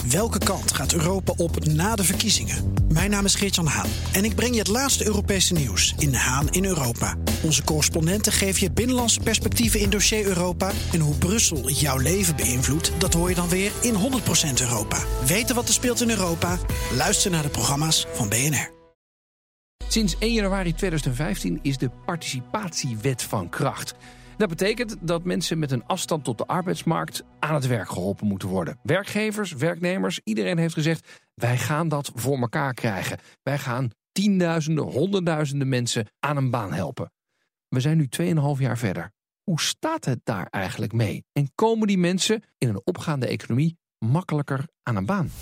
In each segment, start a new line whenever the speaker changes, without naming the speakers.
Welke kant gaat Europa op na de verkiezingen? Mijn naam is Geert-Jan Haan en ik breng je het laatste Europese nieuws in Haan in Europa. Onze correspondenten geven je binnenlandse perspectieven in dossier Europa. En hoe Brussel jouw leven beïnvloedt, dat hoor je dan weer in 100% Europa. Weten wat er speelt in Europa? Luister naar de programma's van BNR.
Sinds 1 januari 2015 is de participatiewet van kracht. Dat betekent dat mensen met een afstand tot de arbeidsmarkt aan het werk geholpen moeten worden. Werkgevers, werknemers, iedereen heeft gezegd, wij gaan dat voor elkaar krijgen. Wij gaan tienduizenden, honderdduizenden mensen aan een baan helpen. We zijn nu 2,5 jaar verder. Hoe staat het daar eigenlijk mee? En komen die mensen in een opgaande economie makkelijker aan een baan?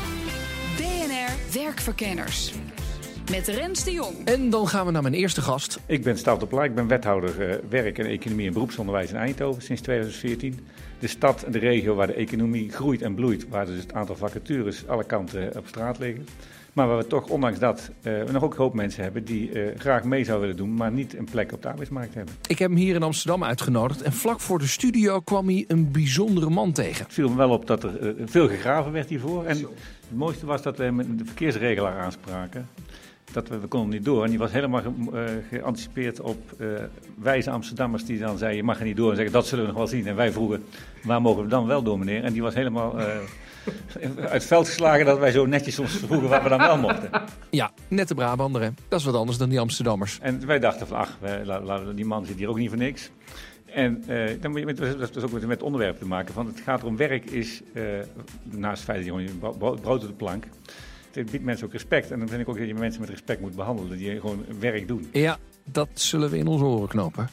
BNR Werkverkenners. Met Rens de Jong.
En dan gaan we naar mijn eerste gast.
Ik ben Stauf de Plaat, ik ben wethouder werk en economie en beroepsonderwijs in Eindhoven sinds 2014. De stad en de regio waar de economie groeit en bloeit, waar dus het aantal vacatures alle kanten op straat liggen. Maar waar we toch, ondanks dat, we nog ook een hoop mensen hebben die graag mee zouden willen doen, maar niet een plek op de arbeidsmarkt hebben.
Ik heb hem hier in Amsterdam uitgenodigd en vlak voor de studio kwam hij een bijzondere man tegen.
Het viel me wel op dat er veel gegraven werd hiervoor. En het mooiste was dat we met de verkeersregelaar aanspraken. Dat we konden niet door. En die was helemaal geanticipeerd op wijze Amsterdammers die dan zeiden, je mag er niet door. En zeggen, dat zullen we nog wel zien. En wij vroegen, waar mogen we dan wel door, meneer? En die was helemaal uit het veld geslagen dat wij zo netjes ons vroegen waar we dan wel mochten.
Ja, net de Brabander, hè. Dat is wat anders dan die Amsterdammers.
En wij dachten van, die man zit hier ook niet voor niks. En dat is ook met het onderwerp te maken. Van het gaat erom, werk is, naast het feit dat je gewoon brood op de plank. Het biedt mensen ook respect. En dan vind ik ook dat je mensen met respect moet behandelen. Die gewoon werk doen.
Ja, dat zullen we in onze oren knopen.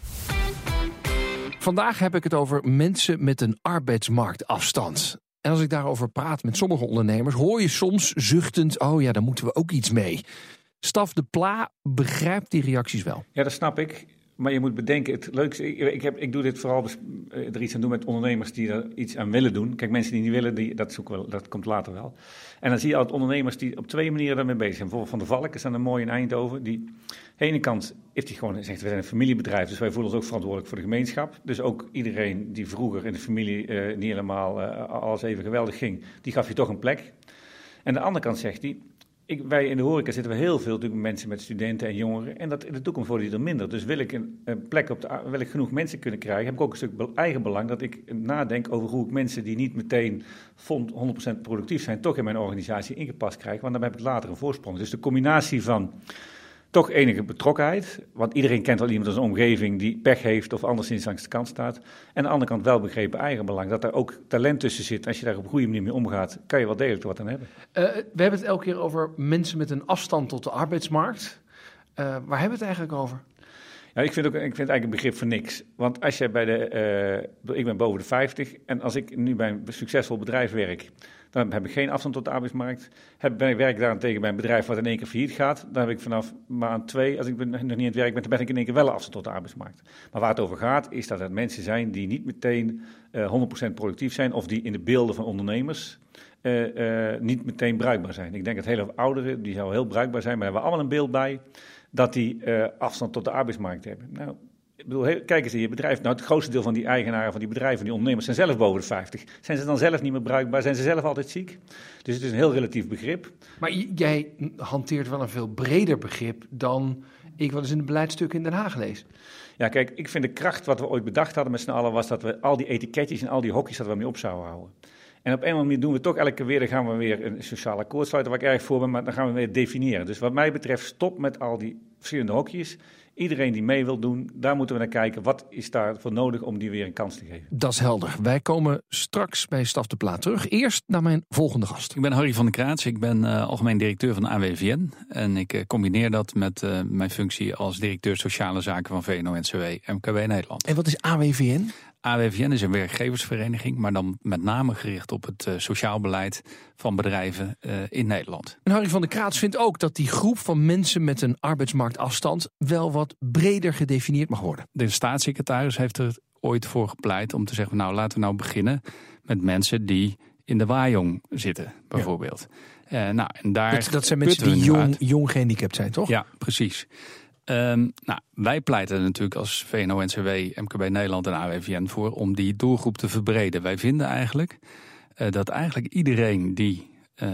Vandaag heb ik het over mensen met een arbeidsmarktafstand. En als ik daarover praat met sommige ondernemers, hoor je soms zuchtend, oh ja, daar moeten we ook iets mee. Stauf de Pla begrijpt die reacties wel.
Ja, dat snap ik. Maar je moet bedenken, het leukste, ik doe dit vooral er iets aan doen met ondernemers die er iets aan willen doen. Kijk, mensen die niet willen, dat komt later wel. En dan zie je altijd ondernemers die op 2 manieren daarmee bezig zijn. Bijvoorbeeld Van der Valk is dan een mooi in Eindhoven. Die, aan de ene kant heeft hij gewoon gezegd, we zijn een familiebedrijf, dus wij voelen ons ook verantwoordelijk voor de gemeenschap. Dus ook iedereen die vroeger in de familie niet helemaal alles even geweldig ging, die gaf je toch een plek. En aan de andere kant zegt hij, wij in de horeca zitten we heel veel natuurlijk mensen met studenten en jongeren. En dat in de toekomst worden die er minder. Dus wil ik een plek wil ik genoeg mensen kunnen krijgen, heb ik ook een stuk eigen belang dat ik nadenk over hoe ik mensen die niet meteen 100% productief zijn, toch in mijn organisatie ingepast krijg. Want dan heb ik later een voorsprong. Dus de combinatie van toch enige betrokkenheid, want iedereen kent wel iemand in zijn omgeving die pech heeft of anderszins langs de kant staat. En aan de andere kant wel begrepen eigenbelang, dat er ook talent tussen zit. Als je daar op een goede manier mee omgaat, kan je wel degelijk wat aan hebben.
We hebben het elke keer over mensen met een afstand tot de arbeidsmarkt. Waar hebben we het eigenlijk over?
Ja, ik vind eigenlijk een begrip voor niks. Want als jij ik ben boven de 50 en als ik nu bij een succesvol bedrijf werk, dan heb ik geen afstand tot de arbeidsmarkt. Werk daarentegen bij een bedrijf wat in 1 keer failliet gaat, dan heb ik vanaf maand 2, als ik nog niet aan het werk ben, dan ben ik in 1 keer wel afstand tot de arbeidsmarkt. Maar waar het over gaat, is dat er mensen zijn die niet meteen 100% productief zijn, of die in de beelden van ondernemers niet meteen bruikbaar zijn. Ik denk dat hele ouderen, die zouden heel bruikbaar zijn, maar daar hebben we allemaal een beeld bij dat die afstand tot de arbeidsmarkt hebben. Nou, ik bedoel, kijk eens in je bedrijf. Nou, het grootste deel van die eigenaren van die bedrijven, die ondernemers, zijn zelf boven de 50. Zijn ze dan zelf niet meer bruikbaar? Zijn ze zelf altijd ziek? Dus het is een heel relatief begrip.
Maar jij hanteert wel een veel breder begrip dan ik wel eens in een beleidstuk in Den Haag lees.
Ja, kijk, ik vind de kracht wat we ooit bedacht hadden met z'n allen, was dat we al die etiketjes en al die hokjes dat we mee op zouden houden. En op een of andere manier doen we toch elke keer weer, dan gaan we weer een sociaal akkoord sluiten, waar ik erg voor ben, maar dan gaan we weer definiëren. Dus wat mij betreft, stop met al die verschillende hokjes. Iedereen die mee wil doen, daar moeten we naar kijken. Wat is daarvoor nodig om die weer een kans te geven?
Dat is helder. Wij komen straks bij Stauf de Pla terug. Eerst naar mijn volgende gast.
Ik ben Harry van der Kraats. Ik ben algemeen directeur van de AWVN. En ik combineer dat met mijn functie als directeur sociale zaken van VNO-NCW MKB Nederland.
En wat is AWVN?
AWVN is een werkgeversvereniging, maar dan met name gericht op het sociaal beleid van bedrijven in Nederland.
En Harry van der Kraats vindt ook dat die groep van mensen met een arbeidsmarktafstand wel wat breder gedefinieerd mag worden.
De staatssecretaris heeft er ooit voor gepleit om te zeggen, nou laten we nou beginnen met mensen die in de waaijong zitten, bijvoorbeeld. Ja. En daar
dat zijn mensen die jong gehandicapt zijn, toch?
Ja, precies. Wij pleiten natuurlijk als VNO-NCW, MKB Nederland en AWVN voor om die doelgroep te verbreden. Wij vinden eigenlijk dat eigenlijk iedereen die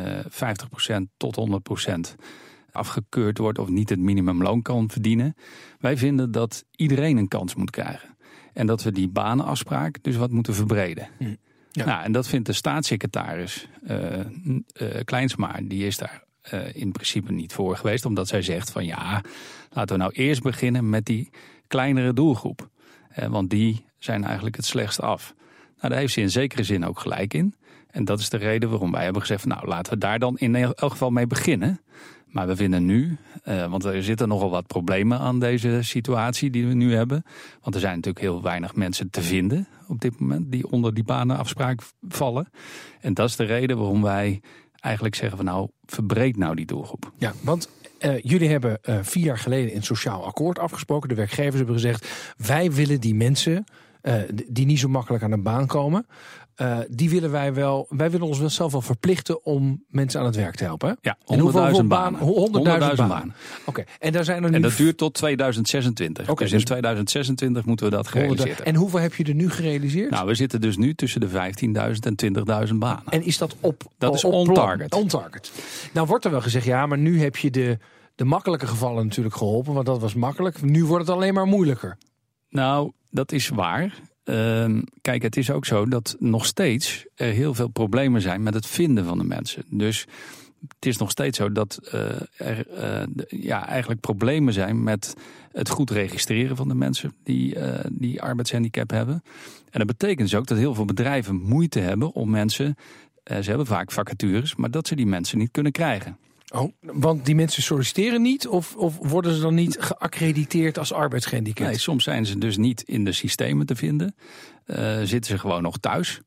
50% tot 100% afgekeurd wordt of niet het minimumloon kan verdienen. Wij vinden dat iedereen een kans moet krijgen. En dat we die banenafspraak dus wat moeten verbreden. Ja. Nou, en dat vindt de staatssecretaris Kleinsma, die is daar in principe niet voor geweest. Omdat zij zegt van ja, laten we nou eerst beginnen met die kleinere doelgroep. Want die zijn eigenlijk het slechtst af. Nou, daar heeft ze in zekere zin ook gelijk in. En dat is de reden waarom wij hebben gezegd van nou, laten we daar dan in elk geval mee beginnen. Maar we vinden nu, want er zitten nogal wat problemen aan deze situatie die we nu hebben. Want er zijn natuurlijk heel weinig mensen te vinden op dit moment die onder die banenafspraak vallen. En dat is de reden waarom wij eigenlijk zeggen van nou, verbreed nou die doelgroep.
Ja, want jullie hebben 4 jaar geleden in het sociaal akkoord afgesproken. De werkgevers hebben gezegd, wij willen die mensen die niet zo makkelijk aan een baan komen, die willen wij willen ons wel zelf wel verplichten om mensen aan het werk te helpen. Hè?
Ja, 100.000 banen.
100.000 banen. Oké. En daar zijn er nu.
En dat duurt tot 2026.
Okay,
dus in 2026 moeten we dat realiseren.
En hoeveel heb je er nu gerealiseerd?
Nou, we zitten dus nu tussen de 15.000 en 20.000 banen.
En is dat
Dat is on-target.
On-target. Nou wordt er wel gezegd, ja, maar nu heb je de makkelijke gevallen natuurlijk geholpen, want dat was makkelijk. Nu wordt het alleen maar moeilijker.
Nou, dat is waar. Kijk, het is ook zo dat nog steeds er heel veel problemen zijn met het vinden van de mensen. Dus het is nog steeds zo dat er eigenlijk problemen zijn met het goed registreren van de mensen die arbeidshandicap hebben. En dat betekent dus ook dat heel veel bedrijven moeite hebben om mensen, ze hebben vaak vacatures, maar dat ze die mensen niet kunnen krijgen.
Oh, want die mensen solliciteren niet of worden ze dan niet geaccrediteerd als arbeidsgehandicapt?
Nee, soms zijn ze dus niet in de systemen te vinden. Zitten ze gewoon nog thuis.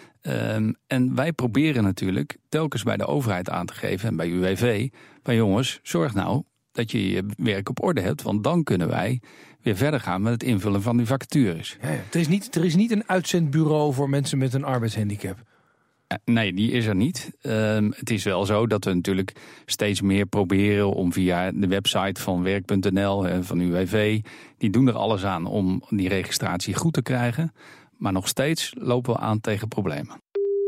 En wij proberen natuurlijk telkens bij de overheid aan te geven en bij UWV, van jongens, zorg nou dat je je werk op orde hebt, want dan kunnen wij weer verder gaan met het invullen van die vacatures.
Ja. Er is niet een uitzendbureau voor mensen met een arbeidshandicap.
Nee, die is er niet. Het is wel zo dat we natuurlijk steeds meer proberen om via de website van werk.nl, van UWV, die doen er alles aan om die registratie goed te krijgen. Maar nog steeds lopen we aan tegen problemen.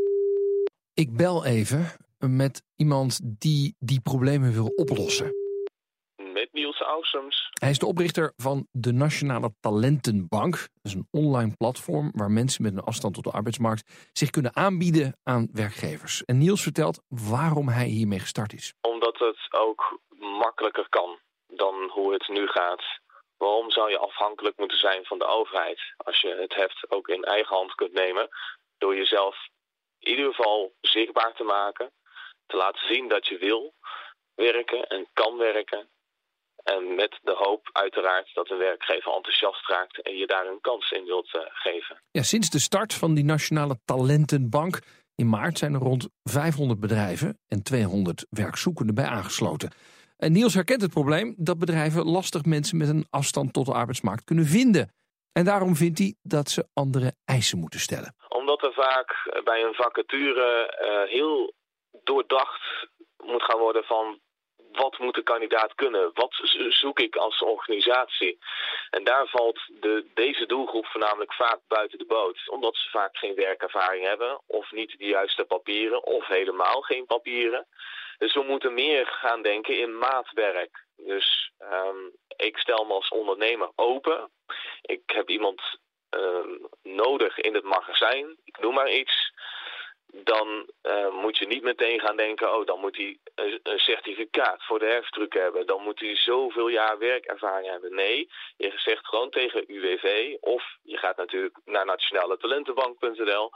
Ik bel even met iemand die problemen wil oplossen.
Met Niels Ausums.
Hij is de oprichter van de Nationale Talentenbank. Dat is een online platform waar mensen met een afstand tot de arbeidsmarkt zich kunnen aanbieden aan werkgevers. En Niels vertelt waarom hij hiermee gestart is.
Omdat het ook makkelijker kan dan hoe het nu gaat. Waarom zou je afhankelijk moeten zijn van de overheid? Als je het heft ook in eigen hand kunt nemen. Door jezelf in ieder geval zichtbaar te maken. Te laten zien dat je wil werken en kan werken. En met de hoop uiteraard dat een werkgever enthousiast raakt en je daar een kans in wilt geven.
Ja, sinds de start van die Nationale Talentenbank in maart zijn er rond 500 bedrijven en 200 werkzoekenden bij aangesloten. En Niels herkent het probleem dat bedrijven lastig mensen met een afstand tot de arbeidsmarkt kunnen vinden. En daarom vindt hij dat ze andere eisen moeten stellen.
Omdat er vaak bij een vacature heel doordacht moet gaan worden van wat moet de kandidaat kunnen? Wat zoek ik als organisatie? En daar valt deze doelgroep voornamelijk vaak buiten de boot. Omdat ze vaak geen werkervaring hebben of niet de juiste papieren of helemaal geen papieren. Dus we moeten meer gaan denken in maatwerk. Dus ik stel me als ondernemer open. Ik heb iemand nodig in het magazijn. Ik noem maar iets. Dan moet je niet meteen gaan denken, dan moet hij een certificaat voor de heftruck hebben. Dan moet hij zoveel jaar werkervaring hebben. Nee, je zegt gewoon tegen UWV of je gaat natuurlijk naar nationaletalentenbank.nl.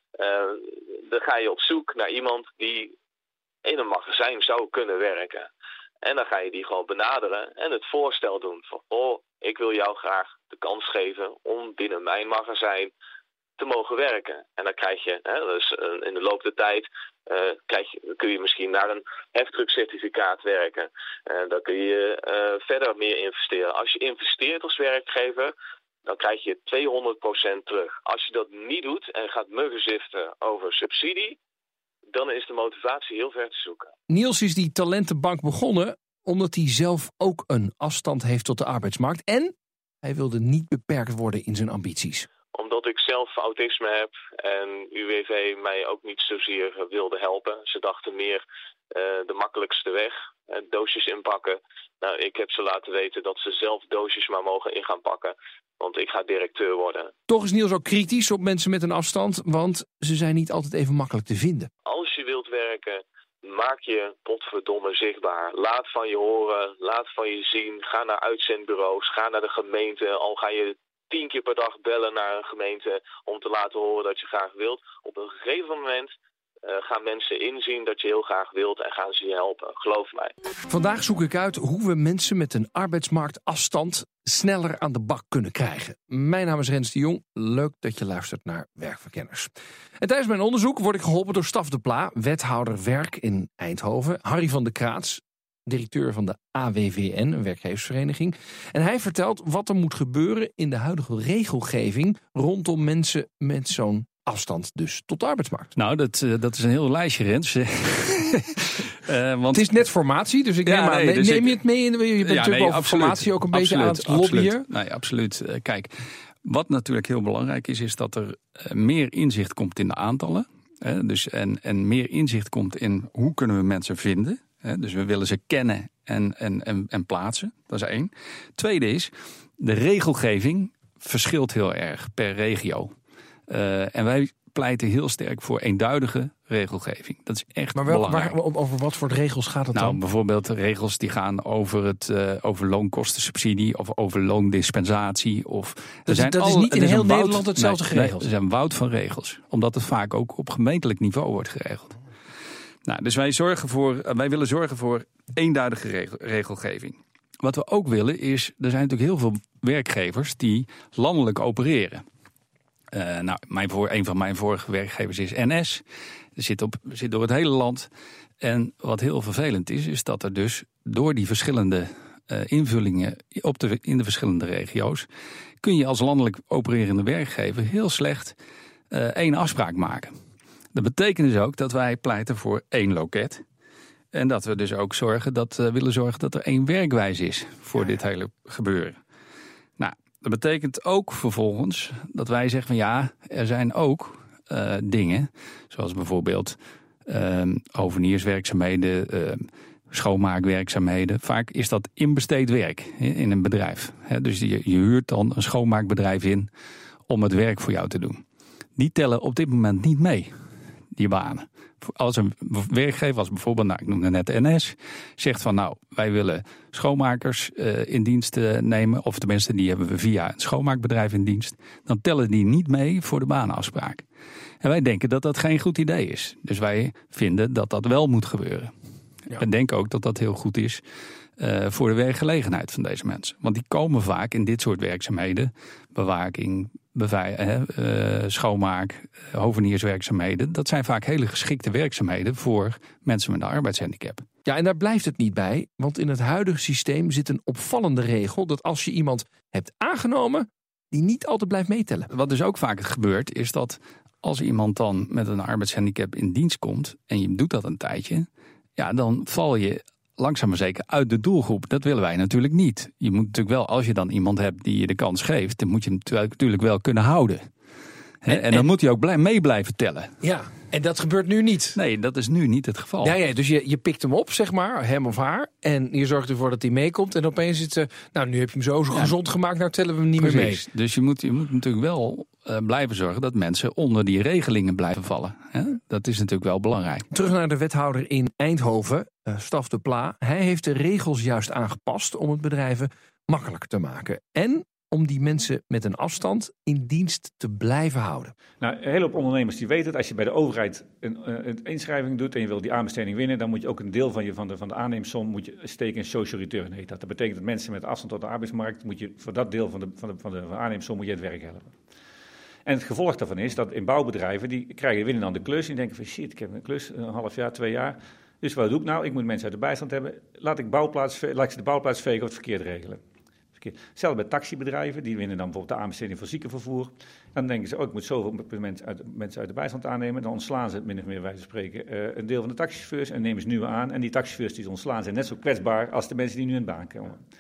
Dan ga je op zoek naar iemand die in een magazijn zou kunnen werken. En dan ga je die gewoon benaderen en het voorstel doen van, ik wil jou graag de kans geven om binnen mijn magazijn te mogen werken. En dan krijg je, dus in de loop der tijd, kun je misschien naar een heftruckcertificaat werken. Dan kun je verder meer investeren. Als je investeert als werkgever, dan krijg je 200% terug. Als je dat niet doet en gaat muggenziften over subsidie, dan is de motivatie heel ver te zoeken.
Niels is die talentenbank begonnen omdat hij zelf ook een afstand heeft tot de arbeidsmarkt. En hij wilde niet beperkt worden in zijn ambities.
Omdat ik zelf autisme heb en UWV mij ook niet zozeer wilde helpen. Ze dachten meer de makkelijkste weg, doosjes inpakken. Nou, ik heb ze laten weten dat ze zelf doosjes maar mogen in gaan pakken, want ik ga directeur worden.
Toch is Niels ook kritisch op mensen met een afstand, want ze zijn niet altijd even makkelijk te vinden.
Als je wilt werken, maak je potverdomme zichtbaar. Laat van je horen, laat van je zien. Ga naar uitzendbureaus, ga naar de gemeente. Al ga je 10 keer per dag bellen naar een gemeente om te laten horen dat je graag wilt. Op een gegeven moment gaan mensen inzien dat je heel graag wilt en gaan ze je helpen. Geloof mij.
Vandaag zoek ik uit hoe we mensen met een arbeidsmarktafstand sneller aan de bak kunnen krijgen. Mijn naam is Rens de Jong. Leuk dat je luistert naar Werkverkenners. En tijdens mijn onderzoek word ik geholpen door Staf de Pla, wethouder werk in Eindhoven. Harry van de Kraats, directeur van de AWVN, een werkgeversvereniging. En hij vertelt wat er moet gebeuren in de huidige regelgeving rondom mensen met zo'n afstand dus tot de arbeidsmarkt.
Nou, dat is een heel lijstje, Rens.
Want het is net formatie, dus ik neem je het mee? Je bent natuurlijk over formatie ook een beetje aan het lobbyen.
Nee, absoluut. Kijk, wat natuurlijk heel belangrijk is dat er meer inzicht komt in de aantallen. Dus en meer inzicht komt in hoe kunnen we mensen vinden. Dus we willen ze kennen en plaatsen. Dat is 1. Tweede is, de regelgeving verschilt heel erg per regio. En wij pleiten heel sterk voor eenduidige regelgeving. Dat is echt belangrijk.
Over wat voor regels gaat het dan?
Nou, bijvoorbeeld regels die gaan over loonkostensubsidie of over loondispensatie.
Dat is niet in heel Nederland hetzelfde geregeld?
Er zijn een woud van regels. Omdat het vaak ook op gemeentelijk niveau wordt geregeld. Nou, dus wij willen zorgen voor eenduidige regelgeving. Wat we ook willen is, er zijn natuurlijk heel veel werkgevers die landelijk opereren. Een van mijn vorige werkgevers is NS. Zit door het hele land. En wat heel vervelend is dat er dus door die verschillende invullingen in de verschillende regio's kun je als landelijk opererende werkgever heel slecht 1 afspraak maken. Dat betekent dus ook dat wij pleiten voor 1 loket. En dat we dus ook willen zorgen dat er 1 werkwijze is voor dit hele gebeuren. Nou, dat betekent ook vervolgens dat wij zeggen van er zijn ook dingen, zoals bijvoorbeeld hovenierswerkzaamheden, schoonmaakwerkzaamheden. Vaak is dat inbesteed werk in een bedrijf. Dus je huurt dan een schoonmaakbedrijf in om het werk voor jou te doen. Die tellen op dit moment niet mee, die banen. Als een werkgever, als bijvoorbeeld, ik noemde net NS, zegt van wij willen schoonmakers in dienst nemen, of tenminste die hebben we via een schoonmaakbedrijf in dienst, dan tellen die niet mee voor de banenafspraak. En wij denken dat dat geen goed idee is. Dus wij vinden dat dat wel moet gebeuren. Ja. We denken ook dat dat heel goed is voor de werkgelegenheid van deze mensen. Want die komen vaak in dit soort werkzaamheden, bewaking, schoonmaak, hovenierswerkzaamheden. Dat zijn vaak hele geschikte werkzaamheden voor mensen met een arbeidshandicap.
Ja, en daar blijft het niet bij. Want in het huidige systeem zit een opvallende regel dat als je iemand hebt aangenomen, die niet altijd blijft meetellen.
Wat dus ook vaak gebeurt, is dat als iemand dan met een arbeidshandicap in dienst komt en je doet dat een tijdje, dan val je langzaam maar zeker uit de doelgroep. Dat willen wij natuurlijk niet. Je moet natuurlijk wel, als je dan iemand hebt die je de kans geeft, dan moet je hem natuurlijk wel kunnen houden. En dan moet hij ook mee blijven tellen.
Ja, en dat gebeurt nu niet.
Nee, dat is nu niet het geval.
Ja, dus je pikt hem op, zeg maar, hem of haar. En je zorgt ervoor dat hij meekomt. En opeens zit ze, nu heb je hem zo gezond gemaakt, nou tellen we hem niet meer mee.
Dus je moet natuurlijk wel blijven zorgen dat mensen onder die regelingen blijven vallen. Dat is natuurlijk wel belangrijk.
Terug naar de wethouder in Eindhoven, Staf de Pla. Hij heeft de regels juist aangepast om het bedrijven makkelijker te maken. En om die mensen met een afstand in dienst te blijven houden.
Nou, een hele hoop ondernemers die weten dat als je bij de overheid een inschrijving doet en je wil die aanbesteding winnen, dan moet je ook een deel van de aanneemsom moet je steken in social return, heet dat. Dat betekent dat mensen met afstand tot de arbeidsmarkt, moet je voor dat deel van de aanneemsom moet je het werk helpen. En het gevolg daarvan is dat in bouwbedrijven, die winnen dan de klus en die denken van shit, ik heb een klus, een half jaar, 2 jaar. Dus wat doe ik nou? Ik moet mensen uit de bijstand hebben. Laat ik ze de bouwplaats vegen of het verkeerd regelen. Hetzelfde bij taxibedrijven, die winnen dan bijvoorbeeld de aanbesteding voor ziekenvervoer. Dan denken ze, ik moet zoveel mensen uit de bijstand aannemen. Dan ontslaan ze het min of meer, wijze van spreken, een deel van de taxichauffeurs en nemen ze nieuwe aan. En die taxichauffeurs die ze ontslaan zijn net zo kwetsbaar als de mensen die nu in de baan komen.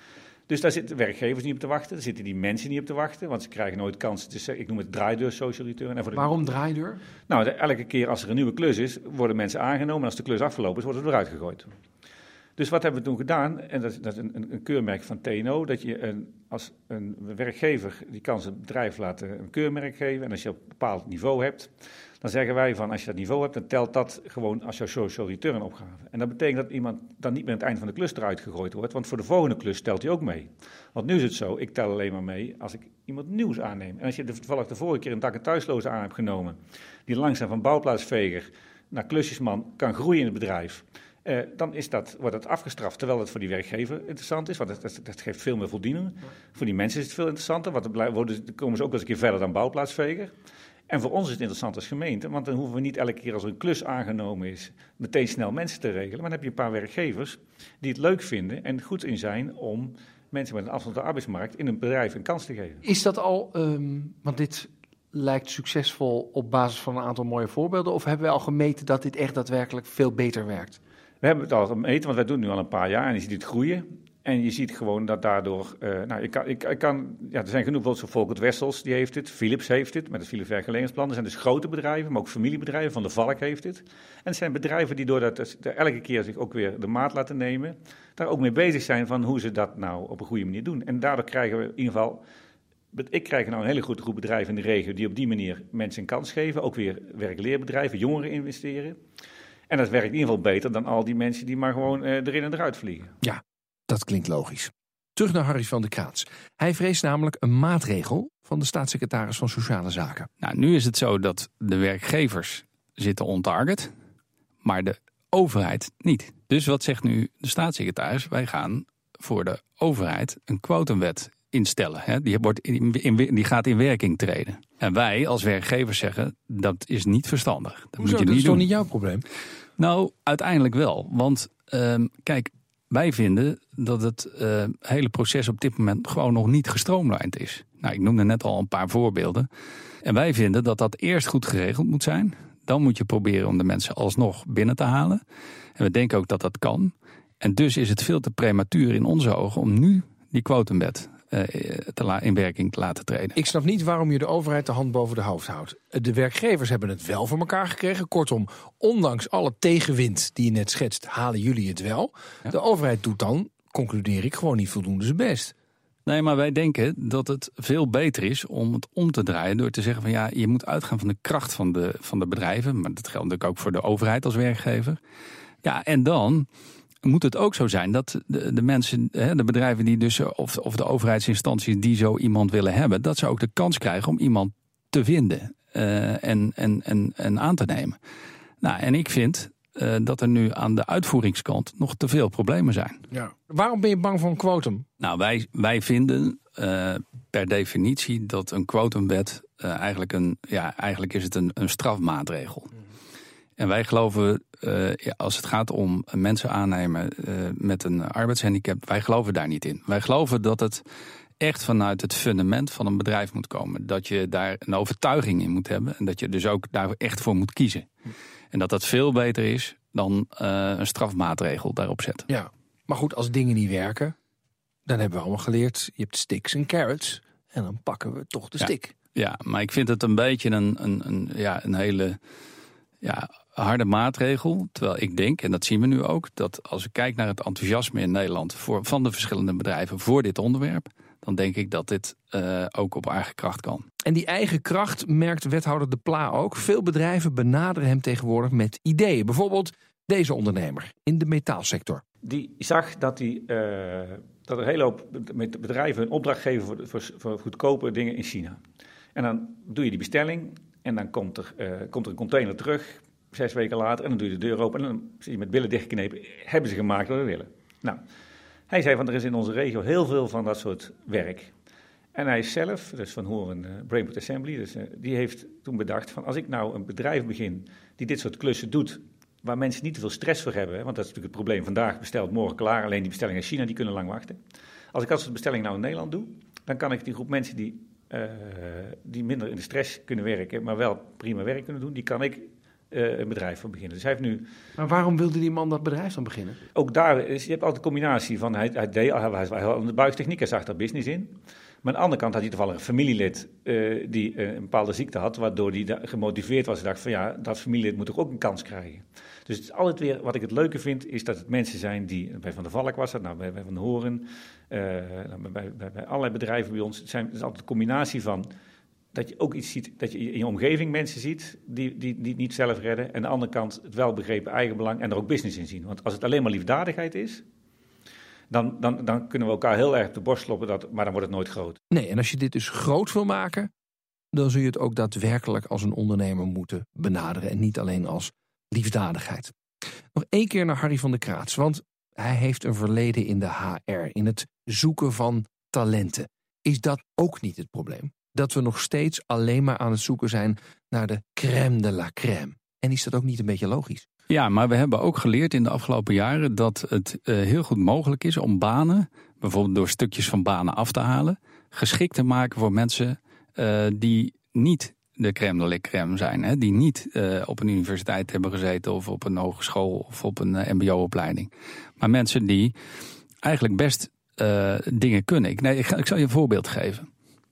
Dus daar zitten werkgevers niet op te wachten, daar zitten die mensen niet op te wachten, want ze krijgen nooit kans. Ik noem het draaideur social return.
Waarom draaideur?
Nou, elke keer als er een nieuwe klus is, worden mensen aangenomen. En als de klus afgelopen is, worden ze eruit gegooid. Dus wat hebben we toen gedaan? En dat is een keurmerk van TNO, dat je als een werkgever, die kan zijn bedrijf laten een keurmerk geven. En als je op een bepaald niveau hebt, dan zeggen wij van als je dat niveau hebt, dan telt dat gewoon als jouw social return opgave. En dat betekent dat iemand dan niet meer aan het eind van de klus eruit gegooid wordt, want voor de volgende klus telt hij ook mee. Want nu is het zo, ik tel alleen maar mee als ik iemand nieuws aanneem. En als je toevallig de vorige keer een dak- en thuisloze aan hebt genomen, die langzaam van bouwplaatsveger naar klusjesman kan groeien in het bedrijf, dan wordt het afgestraft, terwijl het voor die werkgever interessant is, want dat geeft veel meer voldoening. Voor die mensen is het veel interessanter, want dan komen ze ook wel eens een keer verder dan bouwplaatsveger. En voor ons is het interessant als gemeente, want dan hoeven we niet elke keer als er een klus aangenomen is, meteen snel mensen te regelen. Maar dan heb je een paar werkgevers die het leuk vinden en goed in zijn om mensen met een afstand tot de arbeidsmarkt in een bedrijf een kans te geven.
Is dat al, want dit lijkt succesvol op basis van een aantal mooie voorbeelden, of hebben we al gemeten dat dit echt daadwerkelijk veel beter werkt?
We hebben het al gemeten, want wij doen het nu al een paar jaar en je ziet het groeien. En je ziet gewoon dat daardoor, er zijn genoeg, bijvoorbeeld Volkert Wessels, die heeft het, Philips heeft het, met het Philips werkgeversplan. Er zijn dus grote bedrijven, maar ook familiebedrijven, Van der Valk heeft het. En het zijn bedrijven die doordat elke keer zich ook weer de maat laten nemen, daar ook mee bezig zijn van hoe ze dat nou op een goede manier doen. En daardoor krijgen we in ieder geval, ik krijg nou een hele grote groep bedrijven in de regio die op die manier mensen een kans geven, ook weer werkleerbedrijven, jongeren investeren. En dat werkt in ieder geval beter dan al die mensen die maar gewoon erin en eruit vliegen.
Ja, dat klinkt logisch. Terug naar Harry van der Kraats. Hij vreest namelijk een maatregel van de staatssecretaris van Sociale Zaken.
Nou, nu is het zo dat de werkgevers zitten on target, maar de overheid niet. Dus wat zegt nu de staatssecretaris? Wij gaan voor de overheid een quotumwet instellen. Hè? Die gaat in werking treden. En wij als werkgevers zeggen, dat is niet verstandig.
Hoezo? Moet je dat is toch niet jouw probleem?
Nou, uiteindelijk wel. Want kijk, wij vinden dat het hele proces op dit moment gewoon nog niet gestroomlijnd is. Nou, ik noemde net al een paar voorbeelden. En wij vinden dat dat eerst goed geregeld moet zijn. Dan moet je proberen om de mensen alsnog binnen te halen. En we denken ook dat dat kan. En dus is het veel te prematuur in onze ogen om nu die quotumwet in werking te laten treden.
Ik snap niet waarom je de overheid de hand boven de hoofd houdt. De werkgevers hebben het wel voor elkaar gekregen. Kortom, ondanks alle tegenwind die je net schetst, halen jullie het wel. Ja. De overheid doet dan, concludeer ik, gewoon niet voldoende zijn best.
Nee, maar wij denken dat het veel beter is om het om te draaien door te zeggen van ja, je moet uitgaan van de kracht van de bedrijven. Maar dat geldt natuurlijk ook voor de overheid als werkgever. Ja, en dan moet het ook zo zijn dat de mensen, de bedrijven die dus, of de overheidsinstanties die zo iemand willen hebben, dat ze ook de kans krijgen om iemand te vinden en aan te nemen. Nou, en ik vind dat er nu aan de uitvoeringskant nog te veel problemen zijn.
Ja. Waarom ben je bang voor een quotum?
Nou, wij vinden per definitie dat een quotumwet eigenlijk is het een strafmaatregel. En wij geloven, als het gaat om mensen aannemen met een arbeidshandicap, wij geloven daar niet in. Wij geloven dat het echt vanuit het fundament van een bedrijf moet komen. Dat je daar een overtuiging in moet hebben en dat je dus ook daar echt voor moet kiezen. En dat veel beter is dan een strafmaatregel daarop zetten.
Ja, maar goed, als dingen niet werken, dan hebben we allemaal geleerd, je hebt sticks en carrots en dan pakken we toch de stick.
Ja, maar ik vind het een beetje een hele harde maatregel. Terwijl ik denk, en dat zien we nu ook, dat als ik kijk naar het enthousiasme in Nederland van de verschillende bedrijven voor dit onderwerp, dan denk ik dat dit ook op eigen kracht kan. En
die eigen kracht merkt wethouder De Pla ook. Veel bedrijven benaderen hem tegenwoordig met ideeën. Bijvoorbeeld deze ondernemer in de metaalsector.
Die zag dat er een hele hoop bedrijven een opdracht geven voor goedkope dingen in China. En dan doe je die bestelling en dan komt er een container terug 6 weken later en dan doe je de deur open en dan zie je met billen dichtgeknepen, hebben ze gemaakt wat we willen. Nou, hij zei van er is in onze regio heel veel van dat soort werk. En hij zelf, dus van Horen Brainport Assembly, dus, die heeft toen bedacht van als ik nou een bedrijf begin die dit soort klussen doet, waar mensen niet te veel stress voor hebben, want dat is natuurlijk het probleem. Vandaag besteld, morgen klaar, alleen die bestellingen in China die kunnen lang wachten. Als ik dat soort bestellingen nou in Nederland doe, dan kan ik die groep mensen die minder in de stress kunnen werken, maar wel prima werk kunnen doen, die kan ik een bedrijf voor beginnen. Dus hij heeft nu...
Maar waarom wilde die man dat bedrijf dan beginnen?
Ook daar is, je hebt altijd een combinatie van, hij was aan de buikstechniek, hij zag daar business in. Maar aan de andere kant had hij toevallig een familielid die een bepaalde ziekte had, waardoor hij gemotiveerd was en dacht van ja, dat familielid moet toch ook een kans krijgen. Dus het is altijd weer, wat ik het leuke vind, is dat het mensen zijn die, bij Van der Valk was dat, bij Van der Horen, bij allerlei bedrijven bij ons, het is altijd een combinatie van dat je ook iets ziet, dat je in je omgeving mensen ziet die het niet zelf redden. En aan de andere kant het welbegrepen eigenbelang en er ook business in zien. Want als het alleen maar liefdadigheid is, dan kunnen we elkaar heel erg op de borst kloppen, maar dan wordt het nooit groot.
Nee, en als je dit dus groot wil maken, dan zul je het ook daadwerkelijk als een ondernemer moeten benaderen. En niet alleen als liefdadigheid. Nog 1 keer naar Harry van der Kraats, want hij heeft een verleden in de HR, in het zoeken van talenten. Is dat ook niet het probleem? Dat we nog steeds alleen maar aan het zoeken zijn naar de crème de la crème. En is dat ook niet een beetje logisch?
Ja, maar we hebben ook geleerd in de afgelopen jaren dat het heel goed mogelijk is om banen, bijvoorbeeld door stukjes van banen af te halen, geschikt te maken voor mensen die niet de crème de la crème zijn. Hè? Die niet op een universiteit hebben gezeten of op een hogeschool of op een mbo-opleiding. Maar mensen die eigenlijk best dingen kunnen. Ik zal je een voorbeeld geven.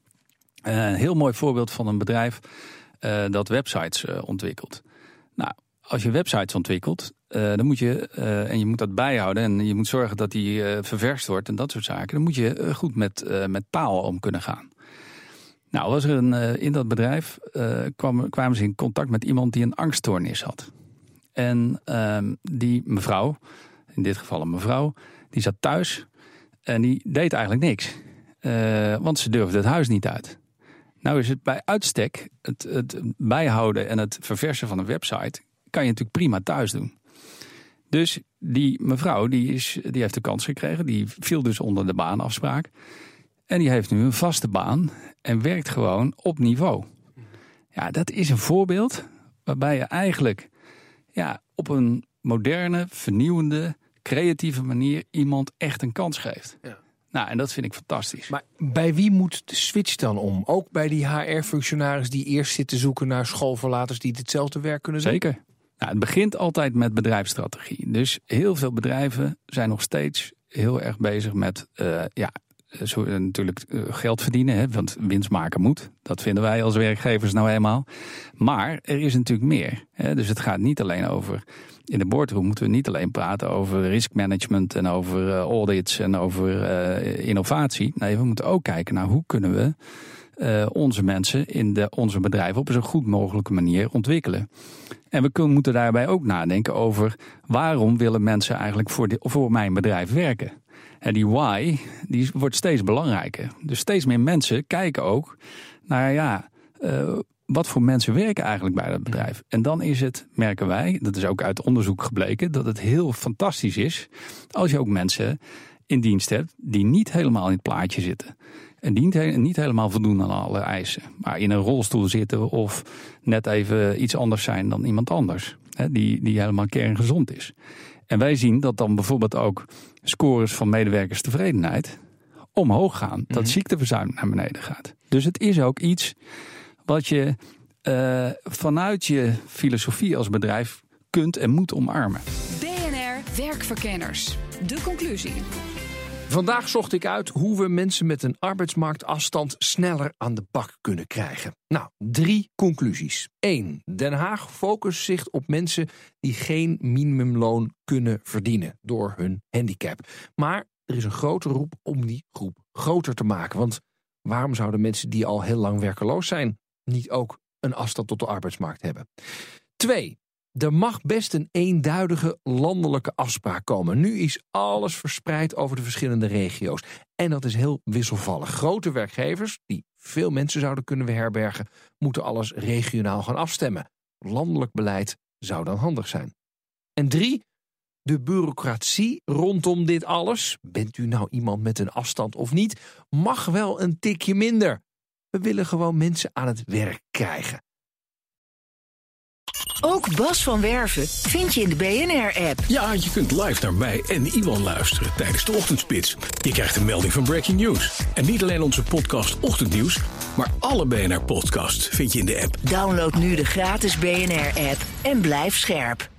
Een heel mooi voorbeeld van een bedrijf dat websites ontwikkelt. Nou, als je websites ontwikkelt, dan moet je, en je moet dat bijhouden en je moet zorgen dat die ververst wordt en dat soort zaken. Dan moet je goed met taal om kunnen gaan. Nou, was er in dat bedrijf kwamen ze in contact met iemand die een angststoornis had. En die mevrouw, in dit geval een mevrouw, die zat thuis en die deed eigenlijk niks. Want ze durfde het huis niet uit. Nou is het bij uitstek, het bijhouden en het verversen van een website kan je natuurlijk prima thuis doen. Dus die mevrouw die heeft de kans gekregen, die viel dus onder de baanafspraak. En die heeft nu een vaste baan en werkt gewoon op niveau. Ja, dat is een voorbeeld waarbij je eigenlijk op een moderne, vernieuwende, creatieve manier iemand echt een kans geeft. Ja. Nou, en dat vind ik fantastisch.
Maar bij wie moet de switch dan om? Ook bij die HR-functionaris die eerst zitten zoeken naar schoolverlaters die ditzelfde werk kunnen doen?
Zeker. Nou, het begint altijd met bedrijfsstrategie. Dus heel veel bedrijven zijn nog steeds heel erg bezig met natuurlijk geld verdienen. Hè, want winst maken moet. Dat vinden wij als werkgevers nou eenmaal. Maar er is natuurlijk meer. Hè, dus het gaat niet alleen over... In de boardroom moeten we niet alleen praten over riskmanagement en over audits en over innovatie. Nee, we moeten ook kijken naar hoe kunnen we onze mensen in onze bedrijven op een zo goed mogelijke manier ontwikkelen. En we moeten daarbij ook nadenken over waarom willen mensen eigenlijk voor mijn bedrijf werken. En die why, die wordt steeds belangrijker. Dus steeds meer mensen kijken ook naar wat voor mensen werken eigenlijk bij dat bedrijf. En dan is het, merken wij, dat is ook uit onderzoek gebleken, dat het heel fantastisch is als je ook mensen in dienst hebt die niet helemaal in het plaatje zitten. En die niet helemaal voldoen aan alle eisen. Maar in een rolstoel zitten of net even iets anders zijn dan iemand anders. Hè, die helemaal kerngezond is. En wij zien dat dan bijvoorbeeld ook scores van medewerkerstevredenheid omhoog gaan. Dat ziekteverzuim naar beneden gaat. Dus het is ook iets wat je vanuit je filosofie als bedrijf kunt en moet omarmen.
BNR Werkverkenners. De conclusie.
Vandaag zocht ik uit hoe we mensen met een arbeidsmarktafstand sneller aan de bak kunnen krijgen. Nou, 3 conclusies. 1. Den Haag focust zich op mensen die geen minimumloon kunnen verdienen door hun handicap. Maar er is een grote roep om die groep groter te maken. Want waarom zouden mensen die al heel lang werkeloos zijn niet ook een afstand tot de arbeidsmarkt hebben? 2. Er mag best een eenduidige landelijke afspraak komen. Nu is alles verspreid over de verschillende regio's. En dat is heel wisselvallig. Grote werkgevers, die veel mensen zouden kunnen herbergen, moeten alles regionaal gaan afstemmen. Landelijk beleid zou dan handig zijn. En 3. De bureaucratie rondom dit alles, bent u nou iemand met een afstand of niet, mag wel een tikje minder. We willen gewoon mensen aan het werk krijgen.
Ook Bas van Werven vind je in de BNR-app.
Ja, je kunt live naar mij en Iwan luisteren tijdens de ochtendspits. Je krijgt een melding van Breaking News. En niet alleen onze podcast Ochtendnieuws, maar alle BNR-podcasts vind je in de app.
Download nu de gratis BNR-app en blijf scherp.